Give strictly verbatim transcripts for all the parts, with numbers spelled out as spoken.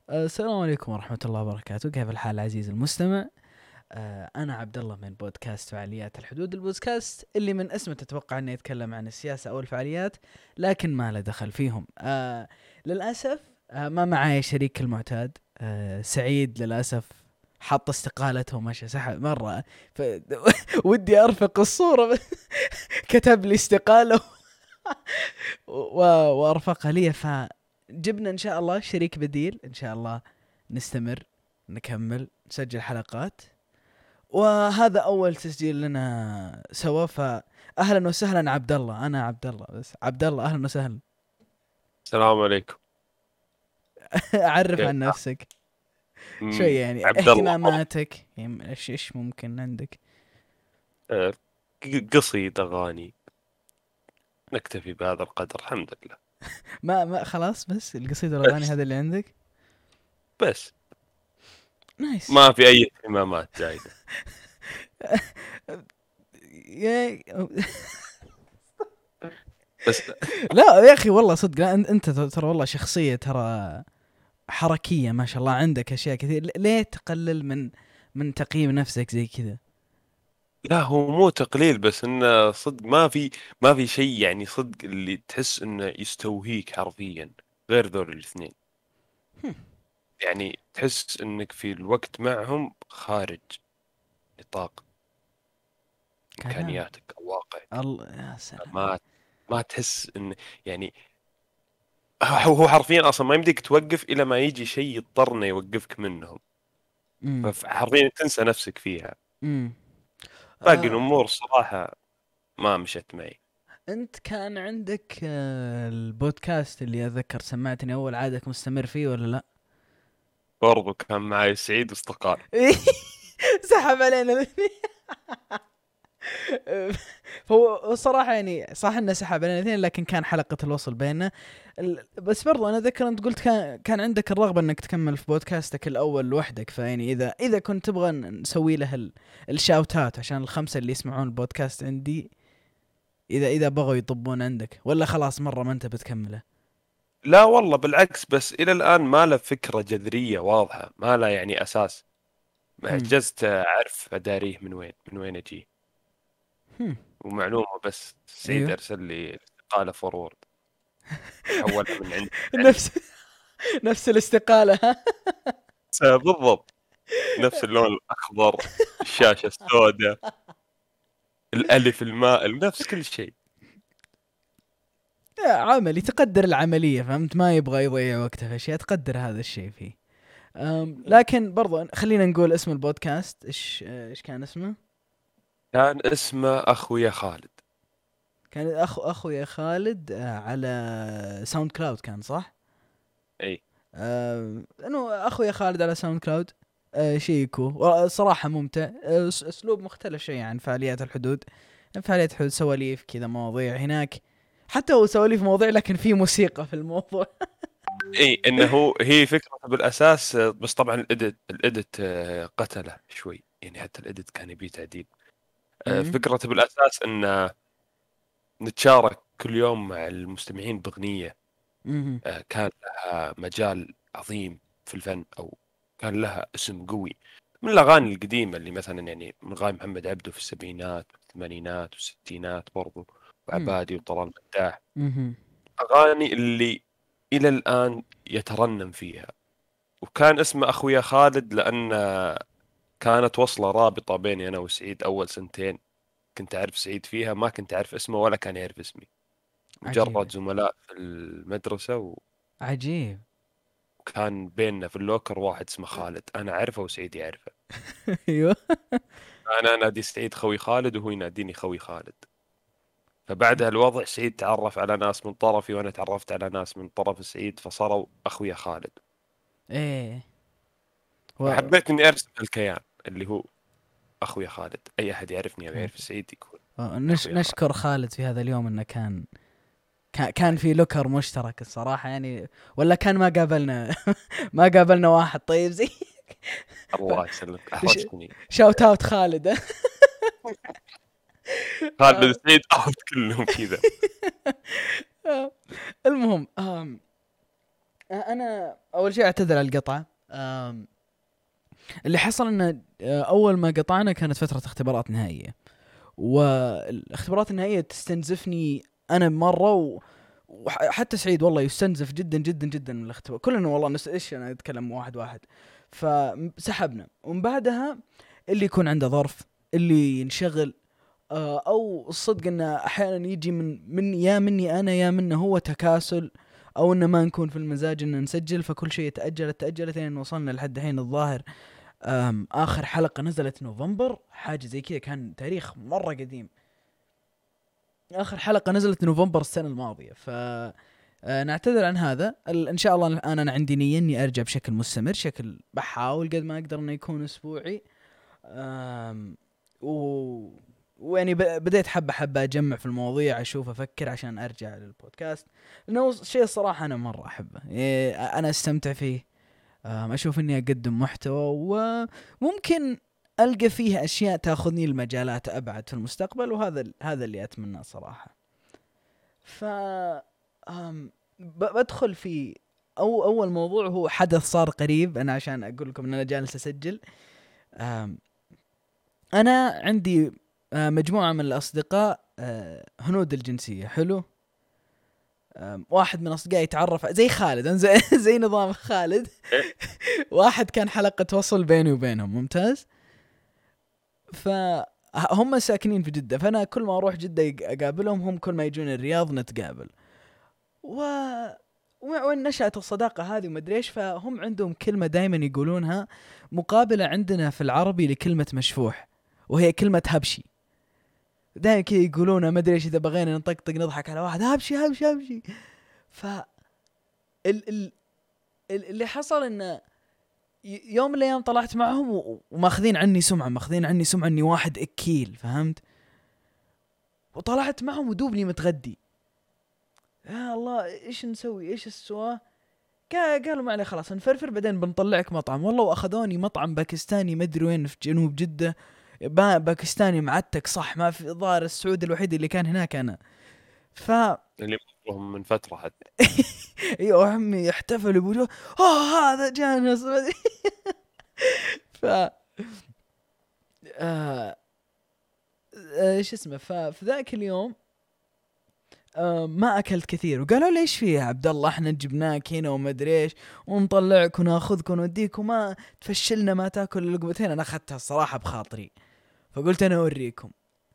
السلام عليكم ورحمة الله وبركاته. كيف الحال عزيزي المستمع؟ آه، أنا عبد الله من بودكاست فعاليات الحدود، البودكاست اللي من اسمه تتوقع أنه يتكلم عن السياسة أو الفعاليات، لكن ما له دخل فيهم. آه، للأسف آه، ما معي شريك المعتاد. آه، سعيد للأسف حط استقالته ومشى سحب مرة. ف... ودي أرفق الصورة كتب لي استقالة و... وأرفقها لي، فجبنا إن شاء الله شريك بديل. إن شاء الله نستمر، نكمل نسجل حلقات، وهذا أول تسجيل لنا سوا. فأهلا وسهلا عبد الله. أنا عبد الله، بس عبد الله أهلا وسهلا. السلام عليكم. أعرف كيف عن نفسك شوي، مم. يعني عبد الله مرة. اهتماماتك، يعني إيش إيش ممكن عندك؟ آه، ق- قصيد أغاني. نكتفي بهذا القدر الحمد لله. ما ما خلاص، بس القصيدة والأغاني بس هذا اللي عندك؟ بس نايس. ما في أي اهتمامات زايدة. يا- بس لا يا أخي والله صدق، لا أنت أنت ترى والله شخصية، ترى حركية ما شاء الله، عندك أشياء كثير. ليه تقلل من من تقييم نفسك زي كذا؟ لا، هو مو تقليل، بس إنه صدق ما في ما في شيء، يعني صدق اللي تحس إنه يستوهيك حرفيا غير ذول الاثنين. يعني تحس إنك في الوقت معهم خارج نطاق كلام إمكانياتك أو واقعك. الله يا سلام. ما ما تحس إن، يعني هو هو حرفيا اصلا ما يمديك توقف الى ما يجي شيء يضطرنا يوقفك منهم. امم فحرفيا تنسى نفسك فيها. امم باقي آه، الامور صراحه ما مشت معي. انت كان عندك آه البودكاست اللي اتذكر سمعتني اول، عادك مستمر فيه ولا لا؟ برضو كان معي سعيد واستقال. سحب علينا الاثنين. هو صراحة يعني صح انه سحب علينا الاثنين، لكن كان حلقة الوصل بيننا. ال- بس برضو انا ذكر انت قلت كان كان عندك الرغبة انك تكمل في بودكاستك الاول لوحدك، فيعني اذا اذا كنت تبغى نسوي له ال- الشاوتات عشان الخمسة اللي يسمعون البودكاست عندي، اذا اذا بغوا يطبون عندك، ولا خلاص مرة ما انت بتكمله؟ لا والله بالعكس، بس الى الان ما له فكره جذريه واضحه، ما له يعني اساس. ما هم عجزت اعرف اداريه من وين من وين اجي. هم ومعلومه بس، سعيد ايوه. ارسل لي الاستقاله فورورد، حولها من عندي عندي. نفس نفس الاستقالة ها. بالضبط، نفس اللون الاخضر، الشاشه السوداء، الالف المائل، نفس كل شيء. يا عملي تقدر العملية، فهمت؟ ما يبغى يضيع وقته في اشياء، تقدر هذا الشيء فيه. أم لكن برضو خلينا نقول اسم البودكاست ايش ايش كان اسمه؟ كان اسمه اخويا خالد. كان اخو اخويا خالد، آه، على ساوند كلاود كان صح؟ اي. آه، انه اخويا خالد على ساوند كلاود. آه، شيكو صراحة ممتع. آه، أس- اسلوب مختلف شيء عن فعاليات الحدود. فعاليات الحدود سواليف كذا، مواضيع. هناك حتى هو سواليف مواضيع، لكن في موسيقى في الموضوع. اي انه هي فكرة بالاساس، بس طبعا الادت الادت آه، قتله شوي، يعني حتى الادت كان يبي تعديل. آه، امم فكرة بالاساس ان نتشارك كل يوم مع المستمعين باغنية امم آه، كان لها مجال عظيم في الفن، او كان لها اسم قوي، من الاغاني القديمة اللي مثلا يعني من اغاني محمد عبده في السبعينات والثمانينات والستينات برضو، وعبادي وطلال مداح. امم أغاني اللي إلى الآن يترنم فيها. وكان اسمه أخويا خالد لأن كانت وصلة رابطة بيني أنا وسعيد أول سنتين. كنت أعرف سعيد فيها، ما كنت أعرف اسمه ولا كان يعرف اسمي. عجيب مجرد زملاء في المدرسة. عجيب. وكان بيننا في اللوكر واحد اسمه خالد، أنا أعرفه وسعيد يعرفه. ايوه. أنا أنادي سعيد خوي خالد وهو يناديني خوي خالد. فبعدها الوضع سعيد تعرف على ناس من طرفي وأنا تعرفت على ناس من طرف سعيد، فصاروا أخويا خالد. ايه. و... فحبيت اني ارسم الكيان اللي هو اخوي خالد. اي احد يعرفني او يعرف سعيد يكون نش... اخوي خالد. نشكر خالد في هذا اليوم انه كان كا- كان في لوكر مشترك الصراحة يعني. ولا كان ما قابلنا ما قابلنا واحد طيب زي. الله يسلمك، ش... احرجتني. شاوت اوت خالد. خالد آه، سعيد اوت كلهم كذا. آه، المهم، آم، انا اول شيء اعتذر على القطعه. أم، اللي حصل ان اول ما قطعنا كانت فتره اختبارات نهائيه، والاختبارات النهائيه تستنزفني انا مره و... وحتى سعيد والله يستنزف جدا جدا جدا من الاختبار كلنا والله. نس ايش انا اتكلم واحد واحد. فسحبنا، ومن بعدها اللي يكون عنده ظرف، اللي ينشغل، آه، او الصدق انه احيانا يجي من من يا مني انا يا منه هو تكاسل، او انه ما نكون في المزاج ان نسجل، فكل شيء تاجلت تاجلت لين وصلنا لحد الحين الظاهر. آم، اخر حلقه نزلت نوفمبر حاجه زي كذا، كان تاريخ مره قديم. اخر حلقه نزلت نوفمبر السنه الماضيه. ف آه، نعتذر عن هذا. ال- ان شاء الله انا انا عندي نيه اني ارجع بشكل مستمر، شكل بحاول قد ما اقدر انه يكون اسبوعي. آم، و ويعني ب- بديت حبه حبه اجمع في المواضيع، اشوف افكر عشان ارجع للبودكاست، لانه شيء الصراحه انا مره احبه. إيه، انا استمتع فيه. آم، اشوف اني اقدم محتوى، وممكن القى فيه اشياء تاخذني لمجالات ابعد في المستقبل، وهذا ال- هذا اللي اتمناه صراحه. ف آم، ب- بدخل في أو أول موضوع هو حدث صار قريب. أنا عشان أقول لكم أن أنا جالس أسجل، آم، أنا عندي آه، مجموعة من الأصدقاء آه، هنود الجنسية. حلو. آم، واحد من أصدقائي تعرف زي خالد، أنا زي, زي نظام خالد. واحد كان حلقة وصل بيني وبينهم ممتاز. فهم ساكنين في جدة، فأنا كل ما أروح جدة يق- أقابلهم، هم كل ما يجون الرياض نتقابل. و وين نشأت الصداقة هذه ومدري ايش. فهم عندهم كلمة دائما يقولونها مقابلة عندنا في العربي لكلمة مشفوح، وهي كلمة هبشي. دائما كذا يقولونها، ما ادري ايش، اذا بغينا نطقطق نضحك على واحد، هبشي هبشي هبشي. ف ال... ال... ال- اللي حصل انه ي- يوم من الايام طلعت معهم و... وماخذين عني سمعة، ماخذين عني سمعة اني واحد اكيل، فهمت؟ وطلعت معهم ودوبني متغدي. يا الله ايش نسوي، ايش السواه؟ قالوا ما عليه خلاص نفرفر، بعدين بنطلعك مطعم. والله واخذوني مطعم باكستاني ما ادري وين في جنوب جدة. با باكستاني معتك صح، ما في ظاهر السعودي الوحيد اللي كان هناك انا. ف اللي مرهم من فتره حتى. ايوه عمي احتفلوا بوجوه، اه هذا جانس. ف آه... ايش اسمه. ففي ذاك اليوم آه ما اكلت كثير، وقالوا ليش فيه يا عبد الله، احنا جبناك هنا وما ادري ايش، ونطلعك وناخذك ونوديك، وما تفشلنا ما تاكل لقمتين. انا اخذتها الصراحه بخاطري، فقلت انا اوريكم.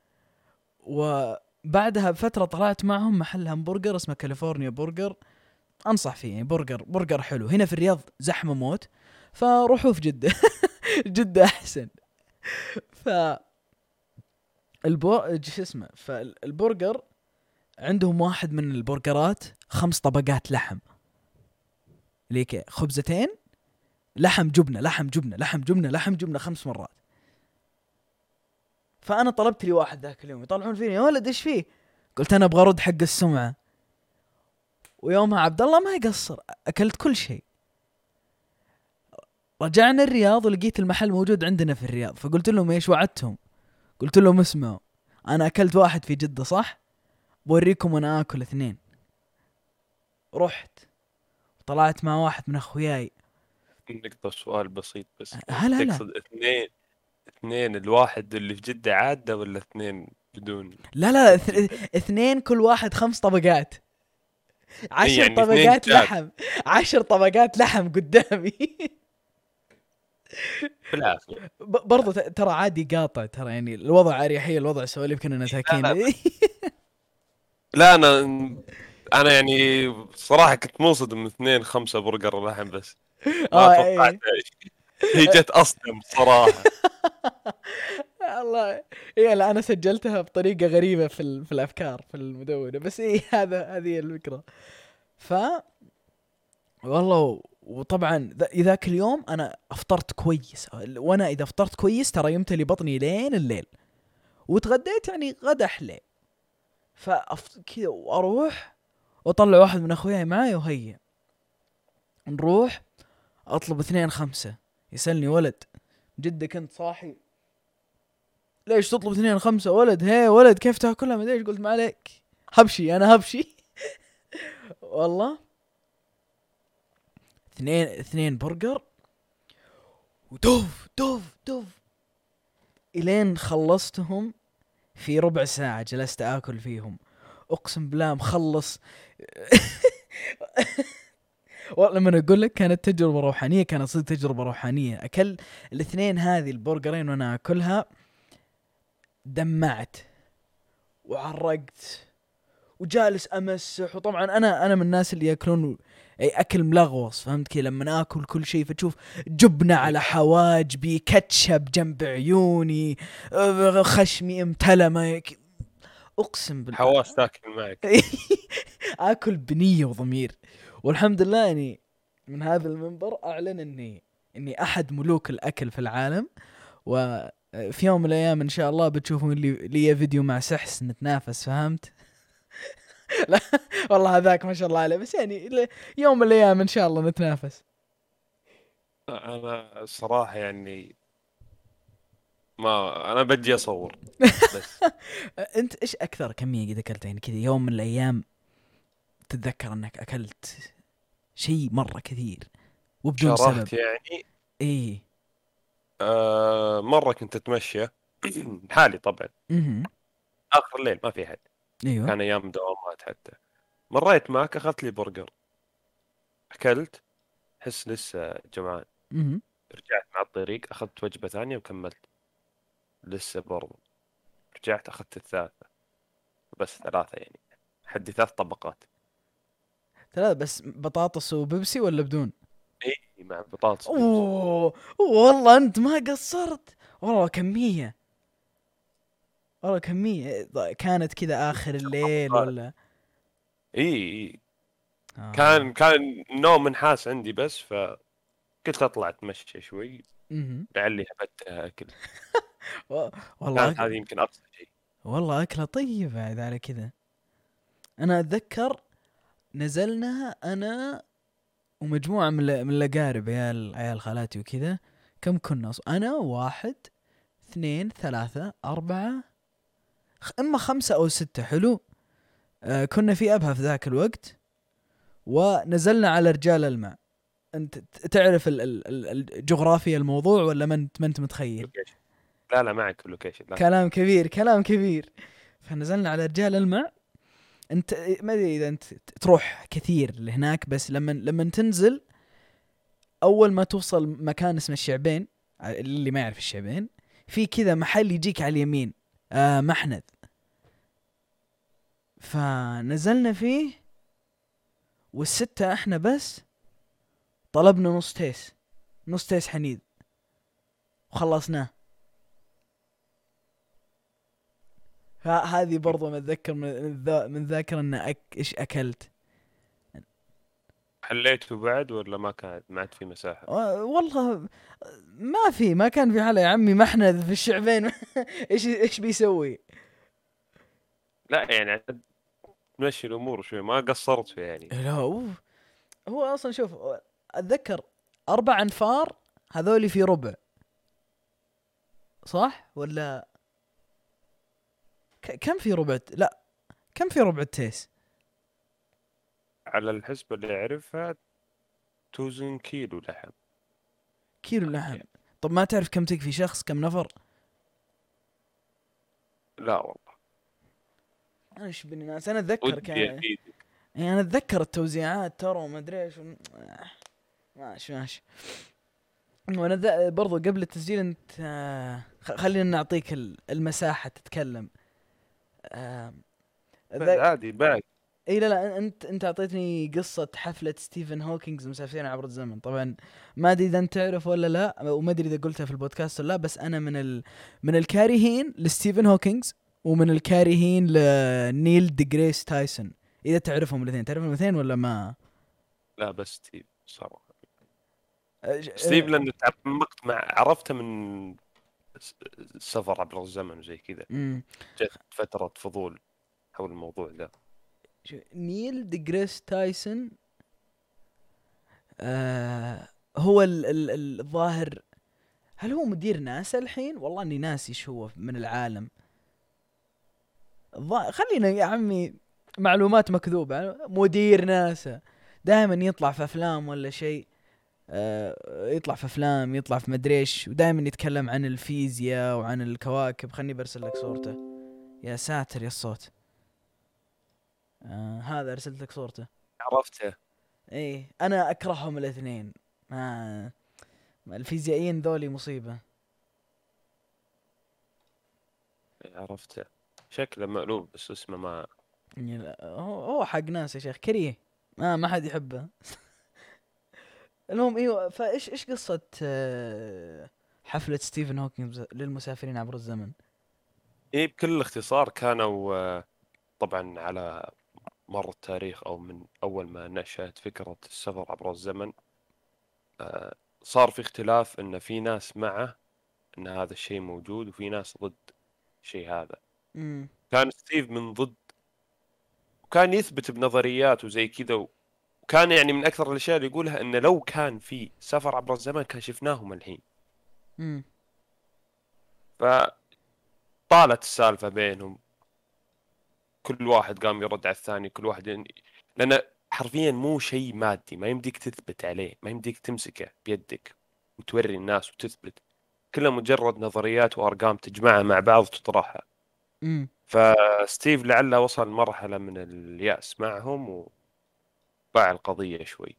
وبعدها بفتره طلعت معهم محل همبرجر اسمه كاليفورنيا برجر، انصح فيه يعني، برجر برجر حلو. هنا في الرياض زحمه موت، فروحوا في جده. جده احسن. ف البو شو اسمه فالبرجر عندهم واحد من البرجرات خمس طبقات لحم، ليك خبزتين لحم جبنه لحم جبنه لحم جبنه لحم جبنه خمس مرات. فانا طلبت لي واحد ذاك اليوم، يطلعون فيني يا ولد ايش فيه، قلت انا ابغى ارد حق السمعه. ويومها عبد الله ما يقصر، اكلت كل شيء. رجعنا الرياض ولقيت المحل موجود عندنا في الرياض، فقلت لهم ايش وعدتهم، قلت لهم اسمعوا انا اكلت واحد في جده صح، بوريكم انا اكل اثنين. رحت طلعت مع واحد من اخوياي. نقطة سؤال بسيط بس، انت هلا لا تقصد اثنين اثنين الواحد اللي في جدة عادة ولا اثنين بدون لا لا حق اث- جدة؟ اثنين كل واحد خمس طبقات، اي عشر يعني اثنين طبقات كتاب لحم، عشر طبقات لحم قدامي. بالعافية. ب- برضو ت- ترى عادي قاطع، ترى يعني الوضع اريحيه، الوضع سواليف كنا لا نتاكين. لا لا انا انا يعني صراحة كنت منصدم من اثنين خمسة برجر لحم بس، ما اه توقعت. اي هي جت اصلا بصراحة. الله. ايه لا انا سجلتها بطريقه غريبه في ال... في الافكار في المدونه، بس ايه هذا هذه الفكره. ف والله وطبعا ذا- ذاك اليوم انا افطرت كويس، وانا اذا افطرت كويس ترى يمتلي بطني لين الليل، وتغديت يعني غدا حليل. فأف... كذا واروح واطلع واحد من اخوياي معاي وهيا نروح، اطلب اثنين خمسة. يسألني ولد جدة كنت صاحي، ليش تطلب اثنين خمسة ولد، هي ولد كيف تاكلها ما ادري. قلت ما عليك، هبشي انا هبشي. والله اثنين اثنين برجر ودوف دوف دوف الين خلصتهم في ربع ساعة. جلست اكل فيهم اقسم بالله مخلص. والله لما اقول لك كانت تجربة روحانية، كانت صدق تجربة روحانية. اكل الاثنين هذه البرجرين وانا اكلها دمعت وعرقت وجالس امسح. وطبعا انا انا من الناس اللي ياكلون اي اكل ملغوص، فهمت كي لما اكل كل شيء فتشوف جبنه على حواجبي، كاتشب جنب عيوني، خشمي امتلى. اقسم بالله حواس تاكل معك. اكل بنيه وضمير. والحمد لله يعني من هذا المنبر اعلن اني اني احد ملوك الاكل في العالم. وفي يوم من الايام ان شاء الله بتشوفون لي لي فيديو مع سحس نتنافس، فهمت؟ لا والله هذاك ما شاء الله عليه، بس يعني يوم من الايام ان شاء الله نتنافس. انا الصراحه يعني ما انا بدي اصور بس. انت ايش اكثر كميه قد اكلتها يعني كذا يوم من الايام تتذكر انك اكلت شيء مره كثير وبدون سبب؟ شرحت يعني. ايه. آه مره كنت اتمشى حالي طبعا اها. اخر الليل ما في حد، ايوه. كان ايام دوامات حتى. مريت معك اخذت لي برجر، اكلت، حس لسه جوعان، اها. رجعت مع الطريق اخذت وجبه ثانيه وكملت، لسه برضو رجعت اخذت الثالثه. بس ثلاثه يعني، حدي ثلاث طبقات. ثلاث بس؟ بطاطس وبيبسي ولا بدون؟ اي مع بطاطس بيبسي. اوه والله انت ما قصرت، والله كميه، والله كميه. كانت كذا اخر الليل ولا؟ اي اي آه. كان كان نوم منحاس عندي بس، فقلت اطلع اتمشى شوي اها. لعلي هبتها اكل. والله كانت أك... هذه يمكن اقصى شيء. والله اكله طيب بعد على كذا. انا اتذكر نزلنا انا ومجموعه من ال- من الاقارب، عيال عيال خالاتي وكذا. كم كنا؟ انا واحد اثنين ثلاثة أربعة، خ- إما خمسة أو ستة. حلو. آه كنا في أبها في ذاك الوقت، ونزلنا على رجال الماء. أنت ت- تعرف ال- ال- ال- الجغرافيا الموضوع ولا ما أنت ما أنت متخيل؟ لوكيشن. لا لا معك في اللوكيشن لا. كلام كبير، كلام كبير. فنزلنا على رجال الماء. أنت ما أدري إذا أنت تروح كثير لهناك، بس لما لما تنزل أول ما توصل مكان اسمه الشعبين، اللي ما يعرف الشعبين، في كذا محل يجيك على اليمين، آه محنذ. فنزلنا فيه والستة احنا بس، طلبنا نص تيس، نص تيس حنيذ وخلصناه. هذه برضو متذكر من الذا من ذاكر ان أك ايش اكلت. حليته بعد ولا ما كان ما عاد في مساحة؟ آه، والله ما في ما كان في حالة يا عمي، محنذ في الشعبين. ايش ايش بيسوي؟ لا يعني تمشي الامور شوي، ما قصرت فيها يعني. لا هو هو اصلا شوف، اتذكر اربع انفار هذولي في ربع، صح ولا ك- كم في ربع؟ لا كم في ربع التيس؟ على الحسبة اللي أعرفها توزن كيلو لحم. كيلو لحم. طب ما تعرف كم تكفي شخص، كم نفر؟ لا والله انا ايش بني ناس، انا اتذكر ودي كان أفيدك. يعني انا اتذكر التوزيعات ترى وما ادري ايش. ماشي ماشي. وانا ذا- برضو قبل التسجيل انت آه، خ- خلينا نعطيك ال- المساحة تتكلم. آه، بس ذا- عادي باقي. اي لا لا انت انت اعطيتني قصة حفلة ستيفن هوكينج مسافرين عبر الزمن. طبعا ما ادري اذا انت تعرف ولا لا، وما ادري اذا قلتها في البودكاست ولا لا، بس انا من ال... من الكارهين لستيفن هوكينج ومن الكارهين لنيل ديغريس تايسون. اذا تعرفهم الاثنين، تعرفهم الاثنين ولا ما؟ لا بس ستيف صراحة. أه، ج- ستيف أه، لأنه تعمقت مع عرفته من س- السفر عبر الزمن وزي كذا، مم. جت فترة فضول حول الموضوع ذا. شو- نيل ديغريس تايسون آه هو ال- ال- الظاهر، هل هو مدير ناسا الحين؟ والله اني ناسي ايش هو من العالم. الظا- خلينا يا عمي معلومات مكذوبة. مدير ناسا دائما يطلع في افلام ولا شيء، آه يطلع في افلام، يطلع في مدري ايش، ودائما يتكلم عن الفيزياء وعن الكواكب. خلني برسل لك صورته. يا ساتر يا الصوت. آه هذا ارسلت لك صورته. عرفته. ايه انا اكرههم الاثنين. ما الفيزيائيين ذولي مصيبة. عرفته، شكله مألوف بس اسمه ما. يعني لا، هو هو حق ناس يا شيخ كريه. ما ما حد يحبه. المهم ايوه، فايش ايش قصة آه، حفلة ستيفن هوكينج للمسافرين عبر الزمن؟ إيه بكل اختصار كانوا آه، طبعا على مر التاريخ أو من أول ما نشأت فكرة السفر عبر الزمن، آه، صار في اختلاف إن في ناس معه إن هذا الشيء موجود وفي ناس ضد الشيء هذا. امم. كان ستيف من ضد، وكان يثبت بنظريات وزي كذا. وكان يعني من أكثر الأشياء اللي يقولها إنه لو كان في سفر عبر الزمن كان شفناهم الحين. امم. فطالت السالفة بينهم، كل واحد قام يرد على الثاني، كل واحد ين... لأن حرفيا مو شيء مادي، ما يمديك تثبت عليه، ما يمديك تمسكه بيدك وتوري الناس وتثبت. كلها مجرد نظريات وأرقام تجمعها مع بعض وتطرحها. امم. فستيف لعله وصل مرحلة من اليأس معهم وباع القضية شوي.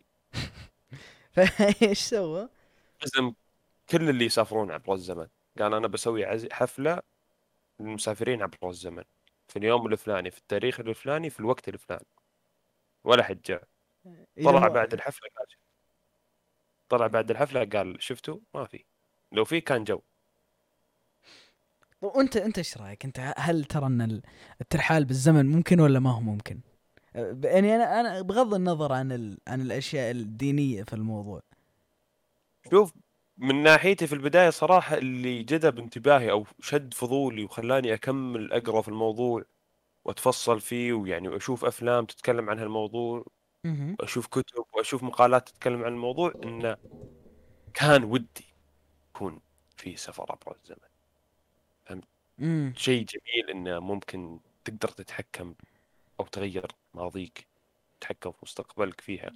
فايش سوى؟ عزم كل اللي يسافرون عبر الزمن، قال أنا بسوي عز... حفلة للمسافرين عبر الزمن في اليوم الفلاني، في التاريخ الفلاني، في الوقت الفلاني، ولا حد جاء. اذا طلع هو. بعد الحفلة قال طلع بعد الحفلة قال شفتوا ما في، لو في كان جو. طب وانت انت ايش رايك انت؟ هل ترى ان ال- الترحال بالزمن ممكن ولا ما هو ممكن؟ أه، ب- يعني انا انا بغض النظر عن ال... عن الاشياء الدينية في الموضوع. شوف، من ناحيتي في البداية صراحة اللي جذب انتباهي أو شد فضولي وخلاني أكمل أقرأ في الموضوع وأتفصل فيه، ويعني وأشوف أفلام تتكلم عن هالموضوع اها. وأشوف كتب وأشوف مقالات تتكلم عن الموضوع، إنه كان ودي يكون في سفر عبر الزمن. فهمت؟ امم. شيء جميل إنه ممكن تقدر تتحكم أو تغير ماضيك، تتحكم في مستقبلك فيها.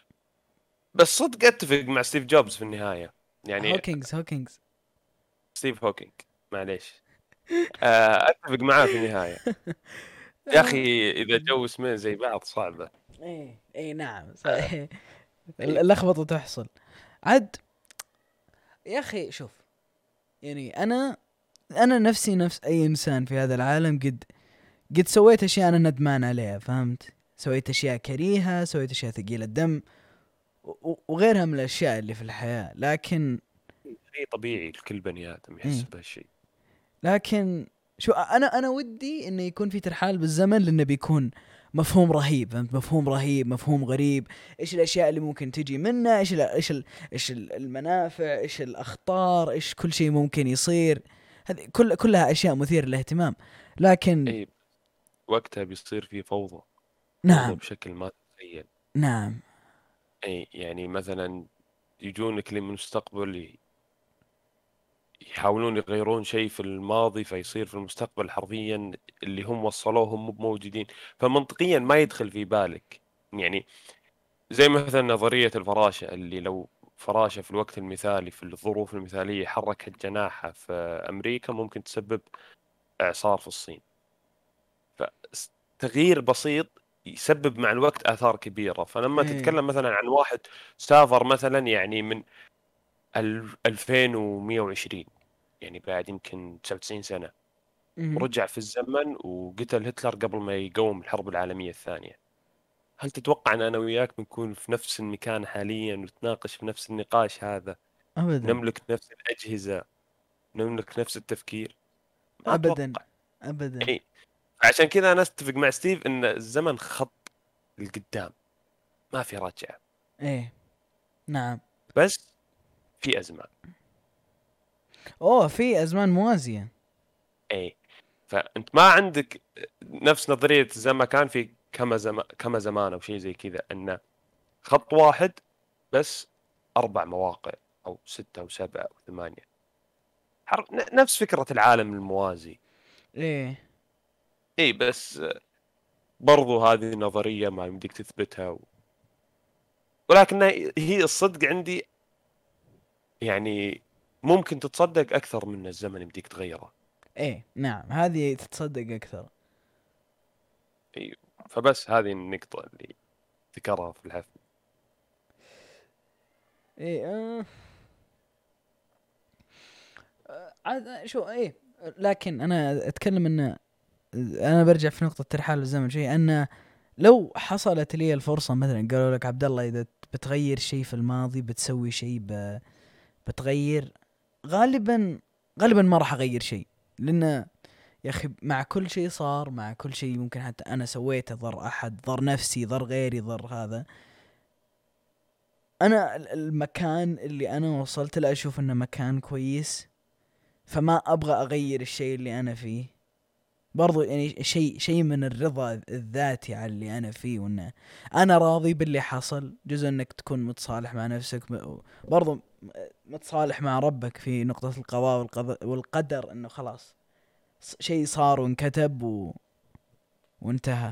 بس صدق أتفق مع ستيف جوبز في النهاية، يعني هوكينجز هوكينجز. ستيف هوكينج، معليش. آه، أتفق معاه في النهاية. يا أخي إذا جو اسمين زي بعض صعبة. ايه ايه نعم آه، صحيح. أي. اللخبطة تحصل. عد يا اخي شوف، يعني انا انا نفسي نفس اي انسان في هذا العالم، قد قد سويت اشياء انا ندمان عليها، فهمت؟ سويت اشياء كريهة، سويت اشياء ثقيلة الدم، و- و- وغيرها من الاشياء اللي في الحياة. لكن شيء طبيعي لكل بني آدم يحس إيه بهالشيء. لكن شو انا انا ودي انه يكون في ترحال بالزمن، لانه بيكون مفهوم رهيب، فهمت؟ مفهوم رهيب، مفهوم غريب. ايش الاشياء اللي ممكن تجي منه؟ ايش ال ايش ال ايش ال- المنافع، ايش الاخطار، ايش كل شيء ممكن يصير. هذه كل كلها اشياء مثيرة للاهتمام. لكن أي، وقتها بيصير في فوضى، فوضى نعم. بشكل ما تتخيل. نعم. أي يعني مثلا يجونك لي من المستقبل ي- يحاولون يغيرون شيء في الماضي فيصير في المستقبل حرفيا اللي هم وصلوه هم مو موجودين. فمنطقيا ما يدخل في بالك، يعني زي مثلا نظرية الفراشة، اللي لو فراشة في الوقت المثالي في الظروف المثالية حركت جناحها في أمريكا ممكن تسبب إعصار في الصين. فتغيير بسيط يسبب مع الوقت آثار كبيرة. فلما ايه. تتكلم مثلا عن واحد سافر مثلا يعني من ال- ألفين ومئة وعشرين، يعني بعد يمكن تسعة وتسعين سنة، مهم. ورجع في الزمن وقتل هتلر قبل ما يقوم الحرب العالمية الثانية، هل تتوقع أن أنا وياك بنكون في نفس المكان حاليا ونتناقش في نفس النقاش هذا، ابدا. نملك نفس الأجهزة، نملك نفس التفكير؟ ما ابدا. أتوقع. ابدا. أي، عشان كذا أنا أتفق مع ستيف أن الزمن خط لقدام، ما في رجعة. ايه. نعم. بس في أزمان. اوه في ازمان موازية. أي، فأنت ما عندك نفس نظرية زي ما كان في كما زمان كما زمان أو شيء زي كذا، أنه خط واحد بس أربع مواقع أو ستة أو سبعة أو ثمانية. حر... ن- نفس فكرة العالم الموازي. ايه. اي بس برضو هذه نظرية ما يمديك تثبتها و... ولكن هي الصدق عندي يعني ممكن تتصدق اكثر من الزمن يمديك تغيره. ايه نعم، هذه تتصدق اكثر. أيوه. فبس هذه النقطة اللي ذكرها في الحفل. ايه آه آه، عاد شو ايه. لكن انا اتكلم ان انا برجع في نقطة ترحال الزمن شيء، ان لو حصلت لي الفرصة مثلا قالوا لك عبد الله اذا بتغير شيء في الماضي بتسوي شيء ب- بتغير، غالبا غالبا ما راح اغير شيء. لان يا اخي مع كل شيء صار، مع كل شيء ممكن حتى انا سويته ضر احد، ضر نفسي، ضر غيري، ضر هذا، انا ال- المكان اللي انا وصلت له اشوف انه مكان كويس، فما ابغى اغير الشيء اللي انا فيه. برضو يعني شيء شيء من الرضا الذاتي على اللي انا فيه، وانه انا راضي باللي حصل. جزء انك تكون متصالح مع نفسك، م- برضو م- متصالح مع ربك في نقطة القضاء والقدر, والقدر انه خلاص ص- شيء صار وانكتب و... وانتهى.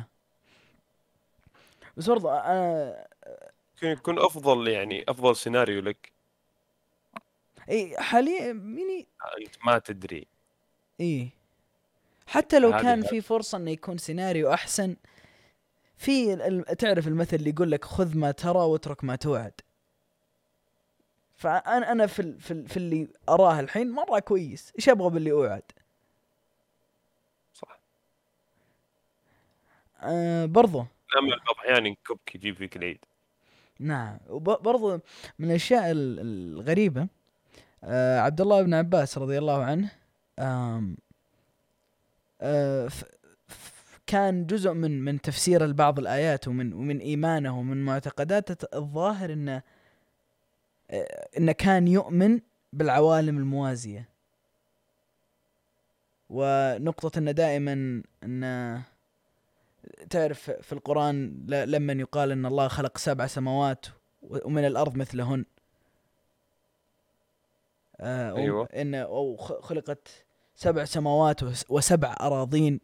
بس برضو انا يمكن يكون افضل، يعني افضل سيناريو لك اي حاليا يعني انت ما تدري. اي، حتى لو هذه كان في فرصة انه يكون سيناريو احسن، في ال- ال- تعرف المثل اللي يقول لك خذ ما ترى واترك ما توعد. فانا انا في ال في, ال في اللي اراه الحين مره كويس، ايش ابغى باللي اوعد؟ صح. آه برضو. لما بعض احيانا ينكبك يجيب فيك العيد. نعم، وبرضو من الاشياء ال- الغريبه، آه عبد الله بن عباس رضي الله عنه، آم آه ف ف كان جزء من من تفسير بعض الايات ومن ومن ايمانه ومن معتقداته الظاهر انه آه انه كان يؤمن بالعوالم الموازيه. ونقطه انه دائما انه تعرف في القرآن ل- لما يقال ان الله خلق سبع سماوات ومن الارض مثلهن، آه وم- ايوه. ان او خ- خلقت سبع سماوات وس- وسبع اراضين.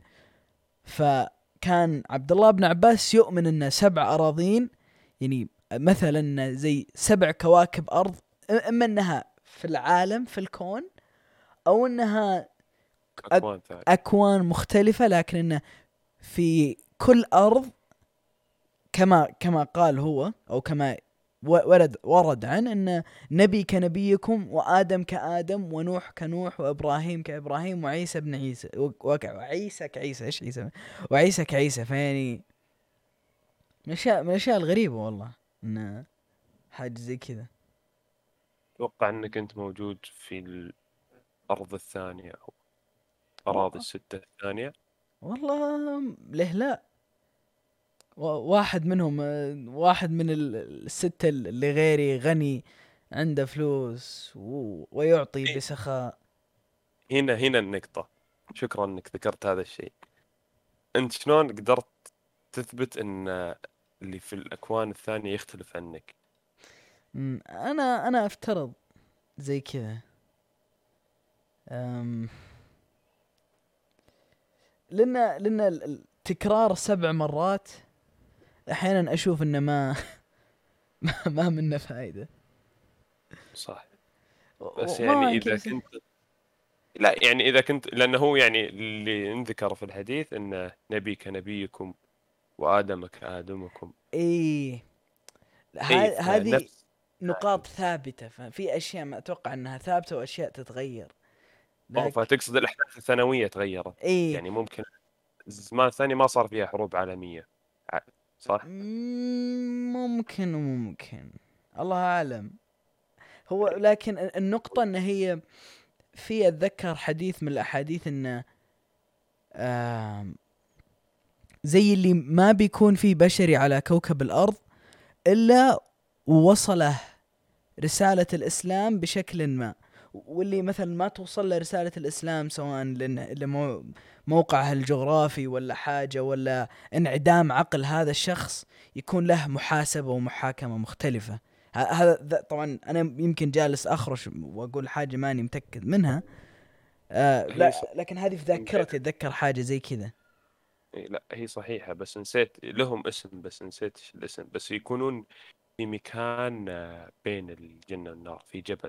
فكان عبد الله بن عباس يؤمن ان سبع اراضين يعني مثلا زي سبع كواكب ارض، اما انها في العالم في الكون، او انها أك- اكوان ثانية. اكوان مختلفة، لكن انه في كل ارض كما كما قال هو، او كما و- ورد ورد عن ان نبي كنبيكم، وادم كادم، ونوح كنوح، وابراهيم كابراهيم، وعيسى بن عيسى، و- وك- وعيسى كعيسى، ايش عيسى، وعيسى كعيسى. فيعني من الاشياء من الاشياء الغريبه والله ان حاجه زي كذا. اتوقع انك انت موجود في الارض الثانية او اراضي و- الستة الثانية. والله ليه لا. و- واحد منهم، آه، واحد من ال- الستة اللي غيري غني، عنده فلوس و- ويعطي إيه، بسخاء. هنا هنا النقطة. شكرا انك ذكرت هذا الشيء. انت شلون قدرت تثبت ان اللي في الاكوان الثانية يختلف عنك؟ مم، انا انا افترض زي كذا. أم، لان لان ال- التكرار سبع مرات احيانا اشوف انه ما ما ما منه فائده. صح. بس وما يعني يمكن اذا يصير. كنت، لا يعني اذا كنت، لانه هو يعني اللي انذكر في الحديث ان نبي كنبيكم وادم كادمكم. ايه، اي ه- هذه فنفس. نقاط ثابته، ففي اشياء ما اتوقع انها ثابته واشياء تتغير. أو لك فتقصد الاحداث الثانويه تغيرت. ايه. يعني ممكن الزمان الثاني ما صار فيها حروب عالميه. ع- صح. مم، ممكن وممكن، الله اعلم. هو لكن النقطه ان هي في اتذكر حديث من الاحاديث انه آم، زي اللي ما بيكون في بشري على كوكب الأرض إلا ووصله رسالة الإسلام بشكل ما، واللي مثلا ما توصل له رسالة الإسلام سواء لأن- لموقعها الجغرافي ولا حاجة، ولا انعدام عقل هذا الشخص، يكون له محاسبة ومحاكمة مختلفة. ه- هذا ذا- طبعا أنا يمكن جالس أخرش وأقول حاجة ماني متأكد منها، آه هي صح. لا لكن هذه في ذاكرتي أتذكر حاجة زي كذا. إيه، لا هي صحيحه، بس نسيت لهم اسم، بس نسيت إيش الاسم. بس يكونون في مكان آه، بين الجنه والنار، في جبل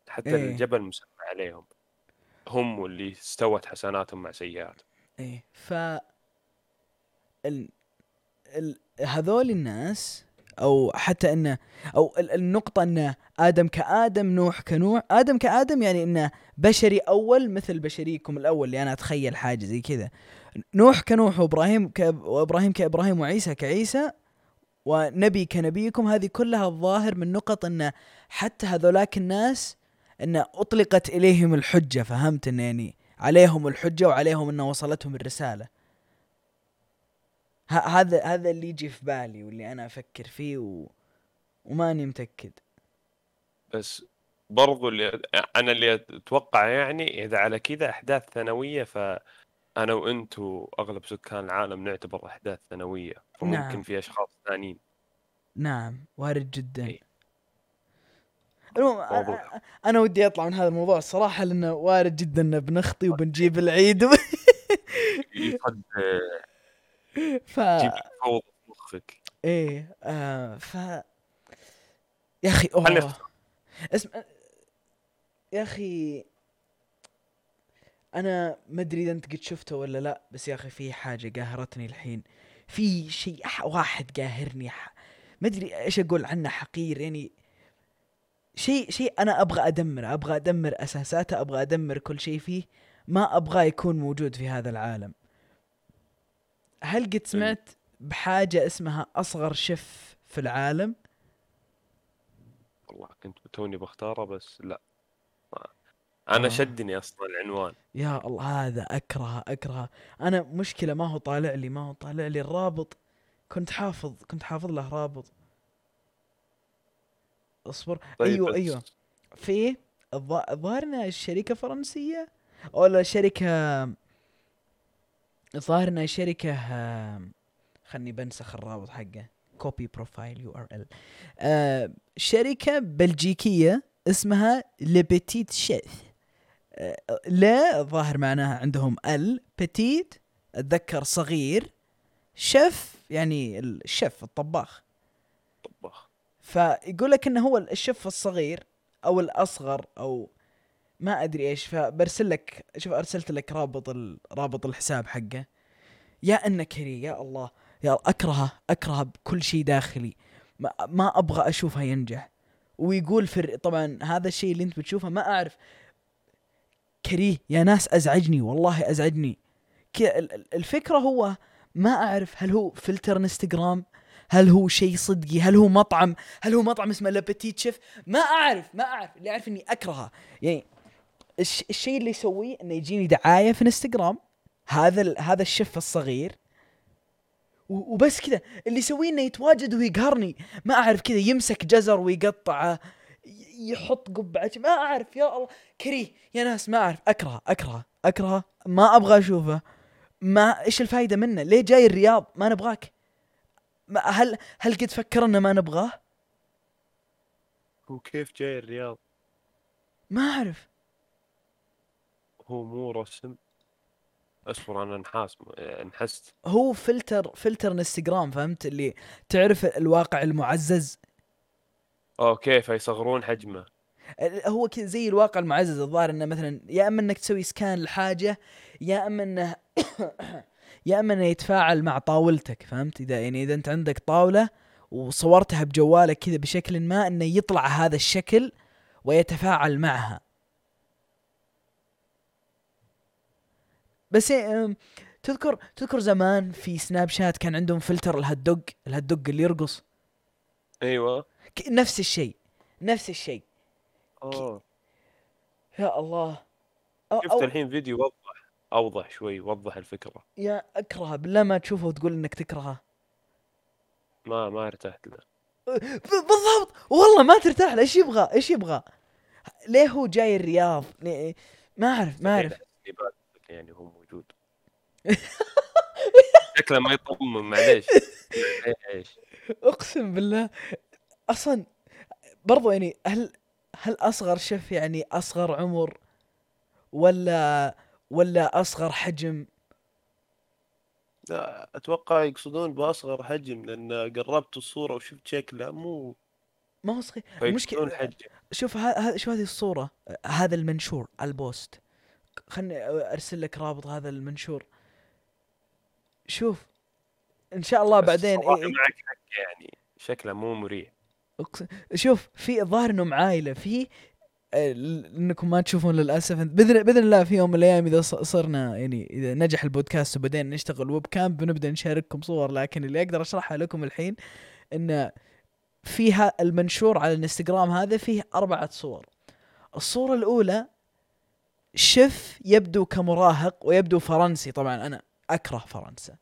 حتى ايه الجبل مسمى عليهم، هم واللي استوت حسناتهم مع سيئاتهم. ايه ف ال... ال... هذول الناس، او حتى انه، او ال... النقطة انه ادم كادم، نوح كنوح. ادم كادم يعني انه بشري اول مثل بشريكم الاول، اللي انا اتخيل حاجة زي كذا. نوح كنوح، وابراهيم ك... وابراهيم كابراهيم، وعيسى كعيسى، ونبي كنبيكم. هذه كلها الظاهر من نقط انه حتى هذولاك الناس انه اطلقت اليهم الحجة. فهمت انه يعني عليهم الحجة، وعليهم انه وصلتهم الرسالة. ه- هذا هذا اللي يجي في بالي، واللي انا افكر فيه و... وماني متأكد. بس برضو اللي انا اللي اتوقع يعني اذا على كذا احداث ثانويه، فانا وانت واغلب سكان العالم نعتبر احداث ثانويه، فممكن نعم في اشخاص ثانيين. نعم، وارد جدا. اي المهم، موضوع. أ- انا ودي اطلع من هذا الموضوع الصراحة، لانه وارد جدا ان بنخطي وبنجيب العيد. يصد ف تجيب لك فوضى في مخك. ايه آه ف يا اخي خلني اوه اختار. اسم يا اخي، انا ما ادري اذا انت قد شفته ولا لا، بس يا اخي في حاجه قاهرتني الحين. في شيء ح- واحد قاهرني، ح... ما ادري ايش اقول عنه، حقير يعني. شيء شيء انا ابغى ادمره، ابغى ادمر اساساته، ابغى ادمر كل شيء فيه. ما ابغى يكون موجود في هذا العالم. هل قد ال- سمعت بحاجه اسمها اصغر شف في العالم؟ والله كنت توني بختاره بس لا، ما. انا اه شدني اصلا العنوان. يا الله، هذا اكره اكره. انا مشكله ما هو طالع لي ما هو طالع لي الرابط. كنت حافظ كنت حافظ له رابط. اصبر. طيب ايوه بس ايوه. في الظ- الظاهر انها الشركه فرنسيه، ولا شركه. الظاهر انها شركه آم، خلني بنسخ الرابط حقه. كوبي بروفايل يو ار ال. شركه بلجيكيه اسمها لبتيت شيف. آه، لا الظاهر معناها عندهم ال بتيت، اتذكر صغير، شيف يعني الشيف الطباخ. طباخ. فيقول لك انه هو الشيف الصغير او الاصغر، او ما ادري ايش. فبرسل لك، شوف ارسلت لك رابط ال... رابط الحساب حقه. يا انه كري، يا الله. يا اكرهه اكرهه بكل شيء داخلي. ما, ما ابغى اشوفها ينجح. ويقول في الر- طبعا هذا الشيء اللي انت بتشوفه ما اعرف. كريه يا ناس، ازعجني والله ازعجني. ك... ال- ال- الفكره هو، ما اعرف هل هو فلتر انستغرام، هل هو شيء صدقي، هل هو مطعم، هل هو مطعم اسمه لابتيت شيف. ما اعرف ما اعرف اللي اعرف اني اكرهه يعني. الش... الشيء اللي يسويه انه يجيني دعايه في انستغرام، هذا ال... هذا الشيف الصغير، و... وبس كذا. اللي يسويه انه يتواجد ويقهرني. ما اعرف كذا، يمسك جزر ويقطعه، ي- يحط قبعه، ما اعرف يا الله. كريه يا ناس، ما اعرف، اكره اكره اكره، ما ابغى اشوفه. ما ايش الفايده منه؟ ليه جاي الرياض؟ ما نبغاك. ما هل هل قد فكرنا ما نبغاه؟ هو كيف جاي الرياض؟ ما اعرف. هو مو رسم. اصبر انا نحاس نحست. هو فلتر فلتر انستغرام، فهمت؟ اللي تعرف الواقع المعزز. اوه كيف يصغرون حجمه. ال- هو كذا زي الواقع المعزز. الظاهر انه مثلا يا اما انك تسوي سكان لحاجه، يا اما انه يا اما انه يتفاعل مع طاولتك. فهمت؟ اذا يعني اذا انت عندك طاوله وصورتها بجوالك كذا بشكل ما، انه يطلع هذا الشكل ويتفاعل معها. بس أم، تذكر تذكر زمان في سناب شات كان عندهم فلتر الهدوج الهدوج اللي يرقص. ايوه. ك- نفس الشيء، نفس الشيء. ك- اوه يا الله. أو, شفت أو الحين فيديو وضح اوضح شوي، وضح الفكره. يا أكرهه بالله، ما تشوفه وتقول إنك تكرهه. ما ما ارتحت له. ب- بالضبط، والله ما ترتاح له. إيش يبغى إيش يبغى؟ ليه هو جاي الرياض؟ ليه؟ ما أعرف ما مستحيل أعرف. احس اني بعد يعني هو موجود. شكله ما يطمن، معليش. ايش. أقسم بالله. أصلا برضو يعني، هل هل أصغر شف يعني أصغر عمر، ولا ولا أصغر حجم؟ لا اتوقع يقصدون باصغر حجم، لان قربت الصوره وشفت شكله مو. ما هو صغير. فيقصدون المشكلة حجم. شوف هذا، شوف هذه الصورة، هذا المنشور على البوست، خلني ارسل لك رابط هذا المنشور. شوف ان شاء الله بس بعدين. صراحة معك حق يعني شكله مو مريح. شوف في الظاهر انه معايله فيه، آه، انكم ما تشوفون للاسف. باذن باذن الله في يوم من الايام اذا صرنا يعني اذا نجح البودكاست وبدينا نشتغل ويب كام بنبدا نشارككم صور، لكن اللي اقدر اشرحها لكم الحين ان فيها المنشور على الانستغرام هذا فيه اربعه صور. الصوره الاولى شيف يبدو كمراهق ويبدو فرنسي، طبعا انا اكره فرنسا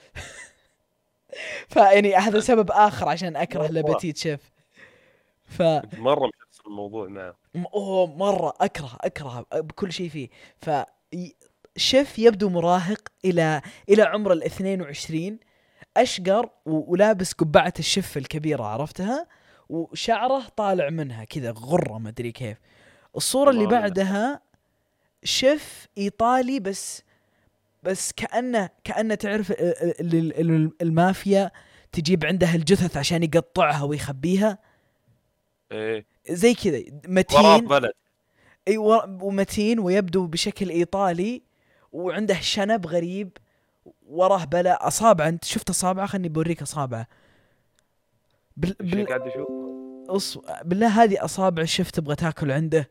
فيعني هذا سبب اخر عشان اكره لابتيت شيف. ف مرة مش الموضوع معه. اوه مره اكره اكره بكل شيء فيه. ف شيف يبدو مراهق الى الى عمر الاثنين وعشرين، اشقر ولابس قبعه الشف الكبيره عرفتها، وشعره طالع منها كذا غره ما ادري كيف. الصوره اللي بعدها شيف ايطالي بس بس كانه كانه تعرف المافيا تجيب عندها الجثث عشان يقطعها ويخبيها، ايه زي كذا متين. اي ومتين ويبدو بشكل ايطالي، وعنده شنب غريب وراه بلا اصابع. انت شفت اصابعه؟ خلني بوريك اصابعه. بال... بال... قاعد اشوف أص... بالله هذه اصابع الشيف تبغى تاكل عنده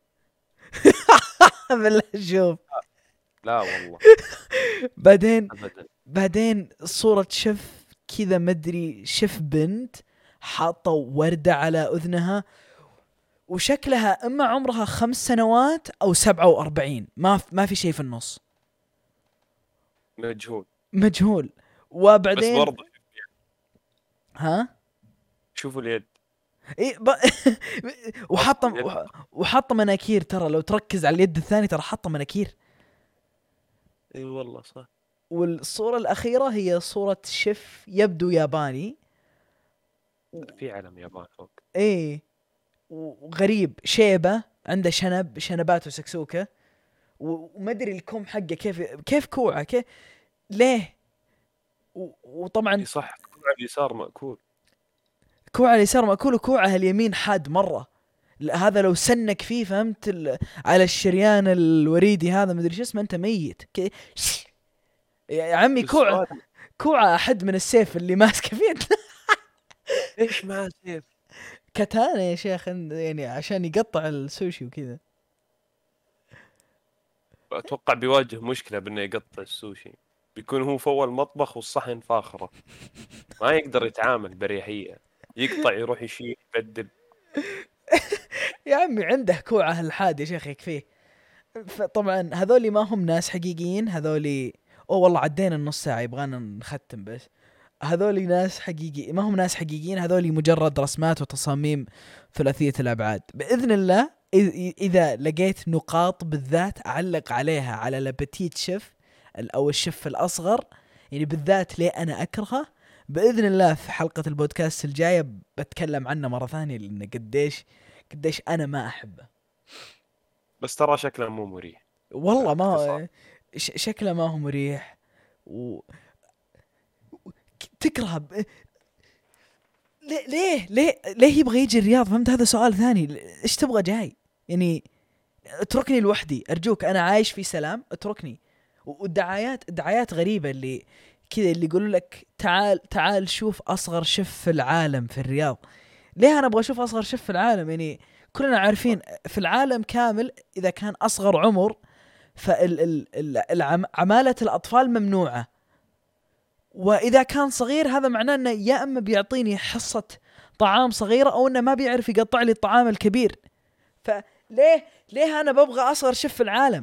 بالله شوف. لا والله بعدين أبداً. بعدين صورة شيف كذا مدري شيف بنت حاطة وردة على أذنها، وشكلها إما عمرها خمس سنوات أو سبعة وأربعين، ما ما في شيء في النص، مجهول مجهول. وبعدين بس برضه ها شوفوا اليد. إيه ب... وحاطة وحاطة مناكير، ترى لو تركز على اليد الثانية ترى حاطة مناكير. اي والله صح. والصورة الأخيرة هي صورة شيف يبدو ياباني، في علم يابان فوق. ايه وغريب، شيبة عنده شنب، شنباته سكسوكة، وما ادري الكم حقه كيف كيف كوعه كيف ليه. وطبعا صح كوعه اليسار مأكول، كوعه اليسار مأكول وكوعه اليمين حاد مرة. هذا لو سنك فيه فهمت على الشريان الوريدي هذا ما ادري شو اسمه انت ميت يا عمي. كوعه كوعه احد من السيف اللي ماسكه فيه ايش ما سيف؟ كاتانا يا شيخ، يعني عشان يقطع السوشي وكذا. اتوقع بيواجه مشكله بانه يقطع السوشي، بيكون هو فوق المطبخ والصحن فاخره، ما يقدر يتعامل بريحيه، يقطع يروح يشيل يبدل يا عمي عنده كوعه الحاد يا شيخ يكفيه. طبعا هذولي ما هم ناس حقيقيين، هذولي اوه والله عدينا النص ساعه يبغانا نختم، بس هذولي ناس حقيقي ما هم ناس حقيقيين، هذولي مجرد رسمات وتصاميم ثلاثيه الابعاد. باذن الله اذا لقيت نقاط بالذات اعلق عليها على لابتيت شيف او الشيف الاصغر، يعني بالذات ليه انا اكرهه، باذن الله في حلقه البودكاست الجايه بتكلم عنه مره ثانيه، لان قديش قديش انا ما احبه. بس ترى شكله مو مريح والله ما هو ش... شكله ما هو مريح و تكره ب... ليه ليه ليه ليه يبغى يجي الرياض؟ فهمت؟ هذا سؤال ثاني. ايش تبغى جاي يعني؟ اتركني لوحدي ارجوك، انا عايش في سلام، اتركني. والدعايات الدعايات غريبه اللي كذا اللي يقولوا لك تعال تعال شوف اصغر شيف في العالم في الرياض. ليه انا ابغى اشوف اصغر شيف في العالم؟ يعني كلنا عارفين في العالم كامل اذا كان اصغر عمر فعمالة الأطفال ممنوعة، وإذا كان صغير هذا معناه أنه يا أما بيعطيني حصة طعام صغيرة أو أنه ما بيعرف يقطع لي الطعام الكبير. فليه ليه أنا ببغى أصغر شيف في العالم؟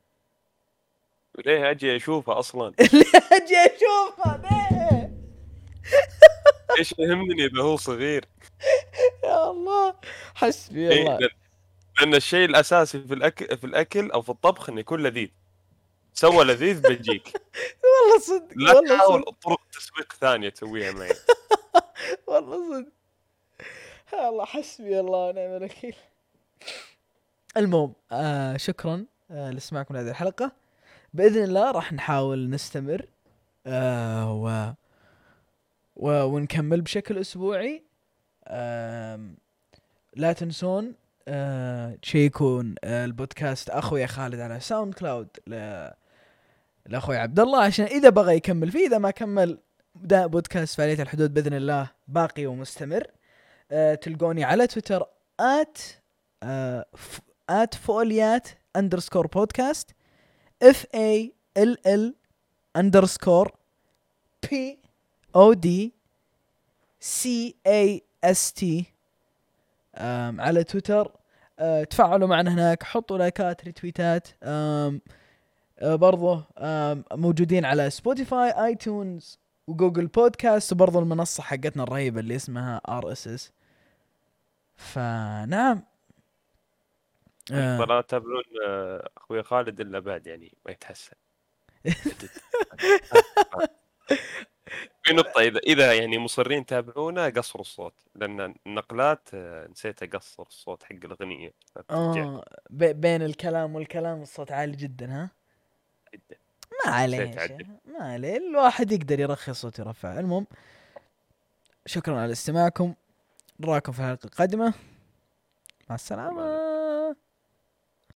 ليه أجي أشوفه أصلا؟ ليه أجي أشوفه؟ ليه؟ إيش يهمني إذا هو صغير؟ يا الله حسبي إيه الله. لأن الشيء الأساسي في الأكل في الأكل أو في الطبخ إنه يكون لذيذ. سوى لذيذ بجيك والله صدق، لا والله تحاول صدق. طرق تسويق ثانية تسويها معي والله صدق. الله حسبي الله ونعم الوكيل. المهم آه شكرا آه لسماعكم لهذه الحلقة. بإذن الله راح نحاول نستمر آه و... و... ونكمل بشكل أسبوعي. آه لا تنسون آه تشيكون آه البودكاست اخوي خالد على ساوند كلاود ل... لاخوي عبد الله، عشان اذا بغى يكمل فيه، اذا ما كمل دا بودكاست فعالية الحدود باذن الله باقي ومستمر. آه تلقوني على تويتر آت آه ف... آت فوليات اندرسكور بودكاست، اف اي ال ال اندرسكور بي او دي سي اي اس تي على تويتر. أه تفاعلوا معنا هناك، حطوا لايكات ريتويتات. أه برضو أه موجودين على سبوتيفاي اي تونز وجوجل بودكاست، وبرضو المنصة حقتنا الرهيبة اللي اسمها ار اس اس. فنعم أه لا تتابعون اخوي خالد الا بعد يعني ما يتحسن. في نقطة، إذا إذا يعني مصرين تابعونا قصروا الصوت، لأن النقلات نسيت أقصر الصوت حق الأغنية. آه بين الكلام والكلام الصوت عالي جدا. ها جدا. ما عليه ما عليه، الواحد يقدر يرخص صوت يرفع. المهم شكرا على استماعكم، نراكم في الحلقة القادمة، مع السلامة.